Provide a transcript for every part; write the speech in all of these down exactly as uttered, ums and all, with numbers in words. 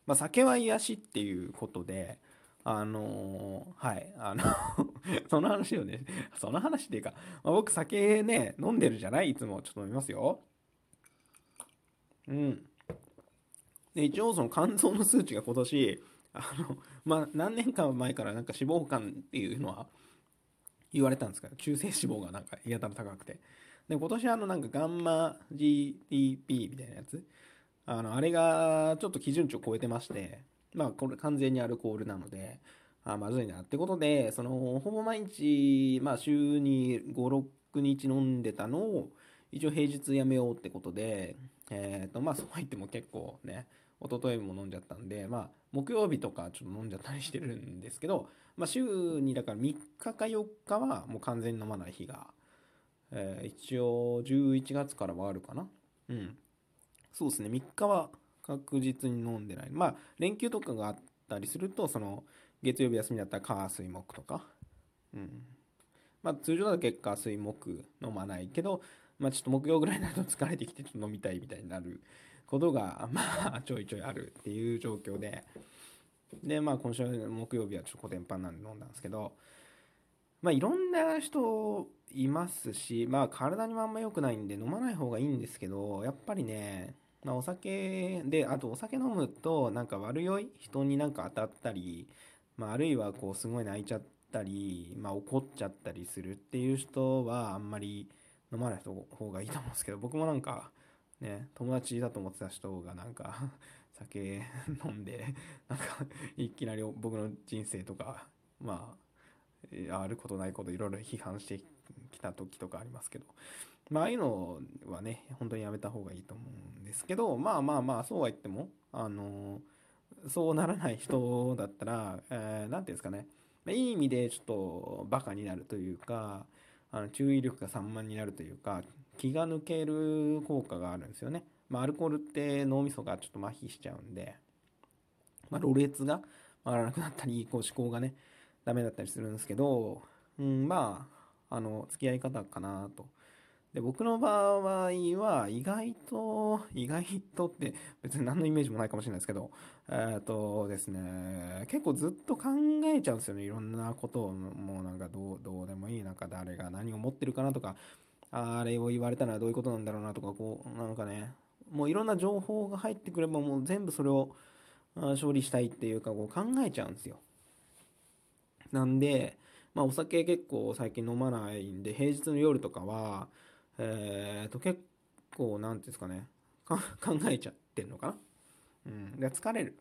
まあ、酒は癒しっていうことで、あのーはい、あのその話をね、その話っていうか、まあ、僕酒ね、飲んでるじゃない、いつも。ちょっと飲みますよ。うん。で、一応その肝臓の数値が今年、あの、まあ、何年か前からなんか脂肪肝っていうのは言われたんですけど、中性脂肪がなんかやたら高くて。で、今年あのなんかガンマ ジーティーピー みたいなやつ、あの、あれがちょっと基準値を超えてまして、まあ、これ完全にアルコールなので、あ、まずいなってことで、その、ほぼ毎日、まあ、週にご、ろくにち飲んでたのを、一応平日やめようってことで、えっと、まあ、そうは言っても結構ね、一昨日も飲んじゃったんで、まあ、木曜日とかちょっと飲んじゃったりしてるんですけど、まあ、週にだからみっかかよっかはもう完全に飲まない日が、えー一応じゅういちがつからはあるかな。うん。そうですね、みっかは確実に飲んでない。まあ、連休とかがあったりすると、その、月曜日休みだったら火水木とか。うん。まあ、通常だと月火水木飲まないけど、まあ、ちょっと木曜ぐらいになると疲れてきてちょっと飲みたいみたいになることが、まあ、ちょいちょいあるっていう状況で。で、まあ、今週木曜日はちょっとコテンパンなんで飲んだんですけど、まあ、いろんな人いますし、まあ、体にもあんま良くないんで飲まない方がいいんですけど、やっぱりね、まあ、お酒で、あとお酒飲むと、なんか悪酔い、人になんか当たったり、まあ、あるいはこう、すごい泣いちゃったり、まあ、怒っちゃったりするっていう人は、あんまり飲まない方がいいと思うんですけど、僕もなんか、ね、友達だと思ってた人がなんか酒飲んで、なんか、いきなり僕の人生とか、まあ、あることないこといろいろ批判してきた時とかありますけど、まあああいうのはね本当にやめた方がいいと思うんですけど、まあまあまあそうは言ってもあのそうならない人だったら、えー、なんていうんですかね、いい意味でちょっとバカになるというか、あの注意力が散漫になるというか、気が抜ける効果があるんですよね。まあアルコールって脳みそがちょっと麻痺しちゃうんで、まあ、ろれつが回らなくなったり、こう思考がね、ダメだったりするんですけど、うん、まあ、あの、付き合い方かなと。で、僕の場合は、意外と、意外とって別に何のイメージもないかもしれないですけど、えっとですね、結構ずっと考えちゃうんですよね。いろんなことを、もうなんかどう、どうでもいい、なんか誰が何を持ってるかなとか、あれを言われたらどういうことなんだろうなとか、こう、なんかね、もういろんな情報が入ってくればもう全部それを勝利したいっていうかこう考えちゃうんですよ。なんで、まあ、お酒結構最近飲まないんで、平日の夜とかは、えーと、結構、なんていうんですかね、か考えちゃってんのかな。うん。で、疲れる。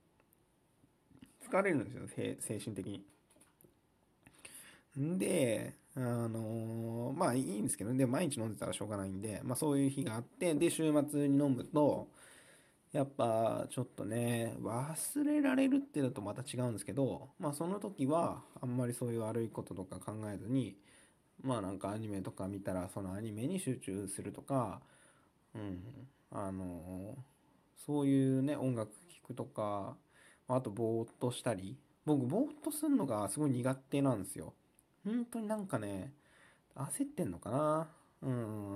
疲れるんですよ、精神的に。んで、あのーまあいいんですけどね、で、毎日飲んでたらしょうがないんで、まあそういう日があって、で、週末に飲むと、やっぱちょっとね、忘れられるっていうのとまた違うんですけど、まあその時はあんまりそういう悪いこととか考えずに、まあなんかアニメとか見たらそのアニメに集中するとか、うん、あの、そういうね、音楽聴くとか、あとぼーっとしたり、僕ぼーっとするのがすごい苦手なんですよ。本当になんかね、焦ってんのかな。うん、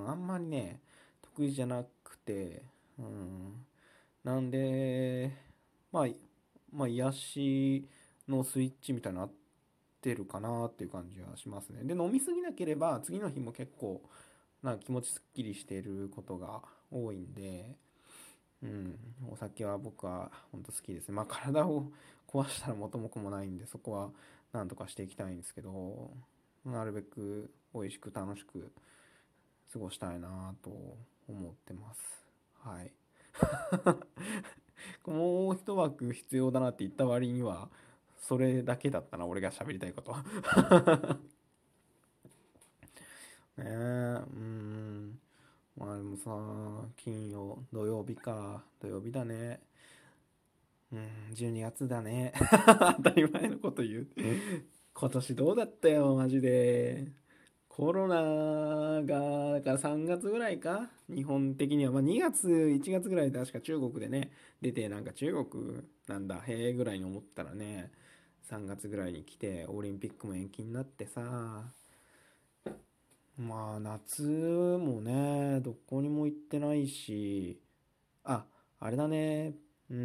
あんまりね、得意じゃなくて、うん、なんで、まあ、まあ、癒しのスイッチみたいなの合ってるかなっていう感じはしますね。で、飲みすぎなければ、次の日も結構、なんか気持ちすっきりしていることが多いんで、うん、お酒は僕は本当好きですね。まあ、体を壊したら元も子もないんで、そこはなんとかしていきたいんですけど、なるべく美味しく楽しく過ごしたいなと思ってます。はい。もう一枠必要だなって言った割には、それだけだったな、俺が喋りたいことは。ねえ、うん。まあでもさ、金曜、土曜日か。土曜日だね。うん、じゅうにがつだね。当たり前のこと言う。今年どうだったよ、マジで。コロナが、だからさんがつぐらいか日本的には。まあにがつ、いちがつぐらいで確か中国でね、出て、なんか中国なんだ、へえぐらいに思ったらね、さんがつぐらいに来て、オリンピックも延期になってさ、まあ夏もね、どこにも行ってないし、あ、あれだね。 うん、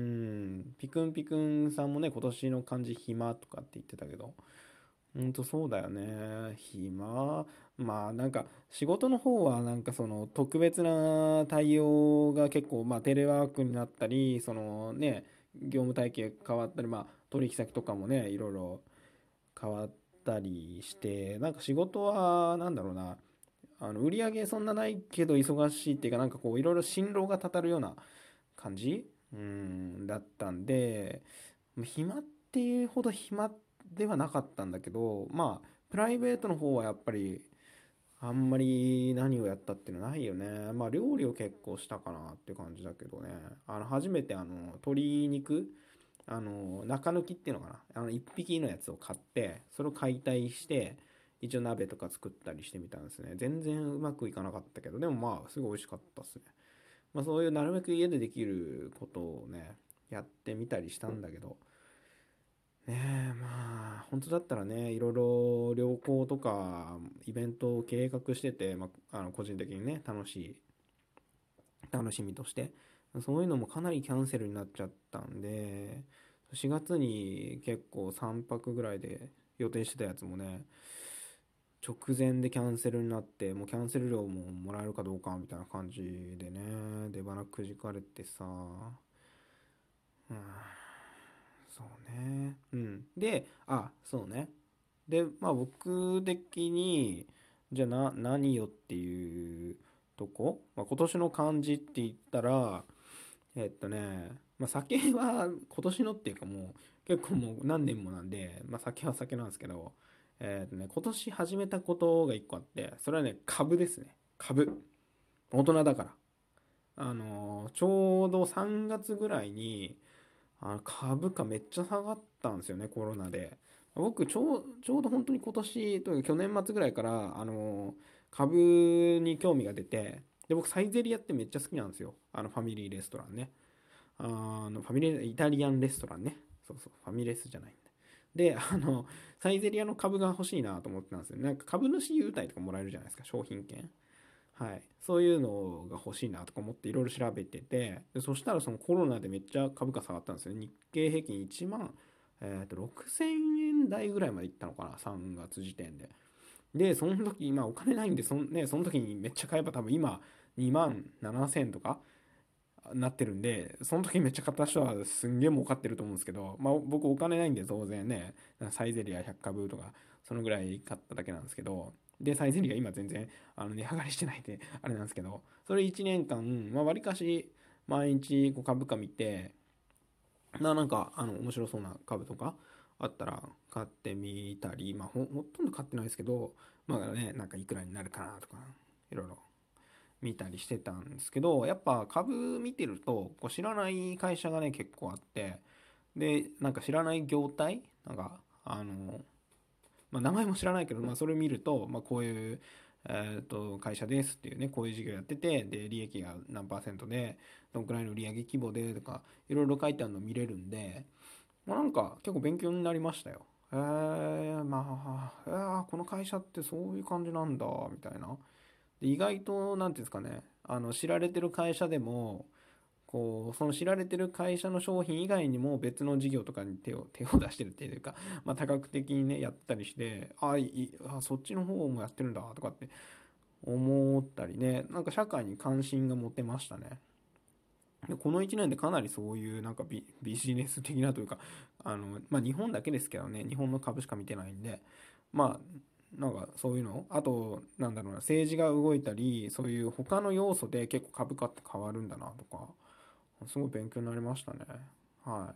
ピクンピクンさんもね、今年の漢字暇とかって言ってたけど、ほんとそうだよね。暇。まあなんか仕事の方はなんかその特別な対応が結構まあテレワークになったり、そのね、業務体系変わったり、まあ取引先とかもね、いろいろ変わったりして、なんか仕事はなんだろうな、あの売り上げそんなないけど忙しいっていうかなんかこういろいろ辛労がたたるような感じうんだったんで、暇っていうほど暇ではなかったんだけど、まあプライベートの方はやっぱりあんまり何をやったっていうのはないよね。まあ料理を結構したかなっていう感じだけどね。あの初めてあの鶏肉、あの中抜きっていうのかな、あのいっぴきのやつを買ってそれを解体して一応鍋とか作ったりしてみたんですね。全然うまくいかなかったけど、でもまあすごい美味しかったっすね。まあそういうなるべく家でできることをねやってみたりしたんだけどね。えまあ本当だったらね、いろいろ旅行とかイベントを計画してて、まあ、あの個人的にね楽しい楽しみとしてそういうのもかなりキャンセルになっちゃったんで、しがつに結構さんぱくぐらいで予定してたやつもね直前でキャンセルになって、もうキャンセル料ももらえるかどうかみたいな感じでね、出花くじかれてさ、うん、そうね。うん。で、あ、そうね。で、まあ僕的に、じゃあな、何よっていうとこ、まあ、今年の漢字って言ったら、えっとね、まあ酒は今年のっていうかもう結構もう何年もなんで、まあ酒は酒なんですけど、えっとね、今年始めたことが一個あって、それはね、株ですね。株。大人だから。あのーちょうどさんがつぐらいに、あの株価めっちゃ下がったんですよね、コロナで。僕ちょう、ちょうど本当に今年というか去年末ぐらいからあの株に興味が出て、で僕サイゼリヤってめっちゃ好きなんですよ。あのファミリーレストランね。あのファミリーイタリアンレストランね。そうそう、ファミレスじゃないんだ。で、あのサイゼリヤの株が欲しいなと思ってたんですよ。なんか株主優待とかもらえるじゃないですか、商品券。はい、そういうのが欲しいなとか思っていろいろ調べてて、でそしたらそのコロナでめっちゃ株価下がったんですよ。日経平均いちまん、えー、とろくせんえん台ぐらいまでいったのかな、さんがつ時点で。でその時今お金ないんでそん、ね、その時にめっちゃ買えば多分今にまんななせんとかなってるんで、その時めっちゃ買った人はすんげえ儲かってると思うんですけど、まあ僕お金ないんで当然ね、サイゼリヤひゃく株とかそのぐらい買っただけなんですけど、でサイゼリヤ今全然あの値上がりしてないんであれなんですけど、それいちねんかんまあ割かし毎日こう株価見て、ななんかあの面白そうな株とかあったら買ってみたり、まあほほとんど買ってないですけど、まあね、なんかいくらになるかなとかいろいろ見たりしてたんですけど、やっぱ株見てるとこう知らない会社がね結構あって、でなんか知らない業態なんかあの、まあ、名前も知らないけど、まあ、それ見ると、まあ、こういう、えー、と会社ですっていうね、こういう事業やってて、で利益が何パーセントでどんくらいの売上規模でとかいろいろ書いてあるの見れるんで、まあ、なんか結構勉強になりましたよ。えー、まあ、えー、この会社ってそういう感じなんだみたいな。で意外と何ていうんですかね、あの知られてる会社でもこうその知られてる会社の商品以外にも別の事業とかに手を手を出してるっていうか、まあ、多角的にねやったりして、あいあそっちの方もやってるんだとかって思ったりね、なんか社会に関心が持てましたね。でこのいちねんでかなりそういうなんかビ、ビジネス的なというか、あの、まあ、日本だけですけどね、日本の株しか見てないんで、まあ、なんかそういうの、あと、なんだろうな、政治が動いたり、そういう他の要素で結構株価って変わるんだなとか、すごい勉強になりましたね。はい。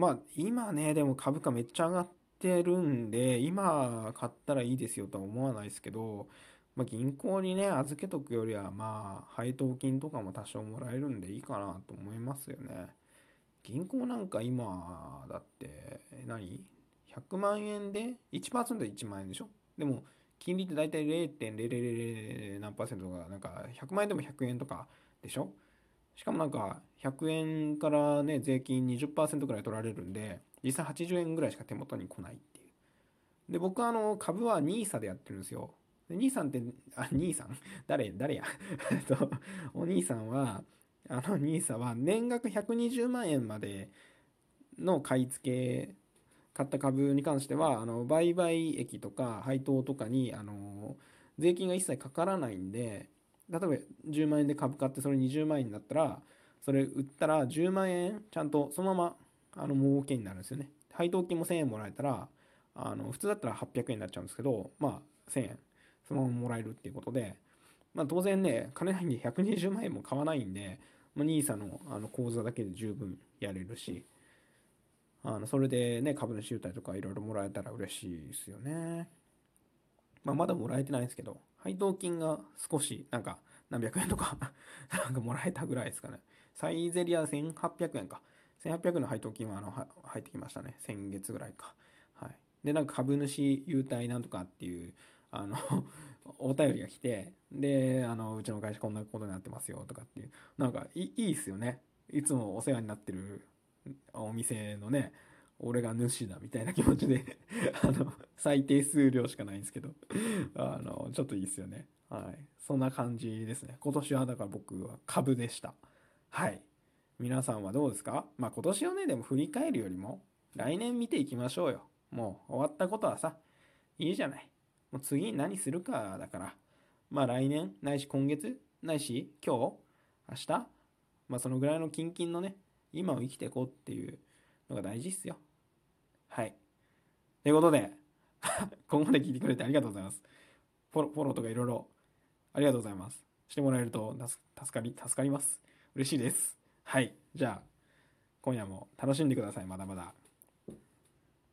まあ、今ね、でも株価めっちゃ上がってるんで、今買ったらいいですよとは思わないですけど、まあ、銀行にね、預けとくよりは、まあ、配当金とかも多少もらえるんでいいかなと思いますよね。銀行なんか今、だって、何？ ひゃく 万円で いちパーセント でいちまん円でしょ？でも、金利って大体れいてんぜろぜろぜろ何パーセントとか、なんかひゃくまん円でもひゃくえんとかでしょ？しかもなんかひゃくえんからね、税金にじゅっパーセントくらい取られるんで、実際はちじゅうえんぐらいしか手元に来ないっていう。で、僕はあの、株はニーサでやってるんですよ。で、兄さんって、あ、兄さん誰、誰やえっと、お兄さんは、 あの ニーサ は年額ひゃくにじゅうまん円までの買い付け、買った株に関しては、あの売買益とか配当とかにあの税金が一切かからないんで、例えばじゅうまん円で株買ってそれにじゅうまん円になったら、それ売ったらじゅうまん円ちゃんとそのままあの儲けになるんですよね。配当金もせんえんもらえたら、あの普通だったらはっぴゃくえんになっちゃうんですけど、まあせんえんそのままもらえるっていうことで、まあ当然ね、金ないんでひゃくにじゅうまん円も買わないんで、まあ、ニーサ のあの口座だけで十分やれるし、あのそれでね、株主優待とかいろいろもらえたら嬉しいですよね。まあ、まだもらえてないんですけど、配当金が少し、なんか、何百円とかなんかもらえたぐらいですかね。サイゼリアせんはっぴゃくえんか。せんはっぴゃくえんの配当金はあのは入ってきましたね。先月ぐらいか。はい。で、なんか株主優待なんとかっていう、あのお便りが来て、で、あの、うちの会社こんなことになってますよとかっていう、なんかいいいいっすよね。いつもお世話になってるお店のね、俺が主だみたいな気持ちであの、最低数量しかないんですけどあの、ちょっといいですよね。はい。そんな感じですね。今年はだから僕は株でした。はい。皆さんはどうですか？まあ今年をね、でも振り返るよりも、来年見ていきましょうよ。もう終わったことはさ、いいじゃない。もう次に何するかだから。まあ来年、ないし今月、ないし今日、明日、まあそのぐらいのキンキンのね、今を生きていこうっていうのが大事っすよ。はい。ということで、ここまで聞いてくれてありがとうございます。フォロー、フォローとかいろいろありがとうございます。してもらえると助かり、助かります。嬉しいです。はい。じゃあ、今夜も楽しんでください。まだまだ。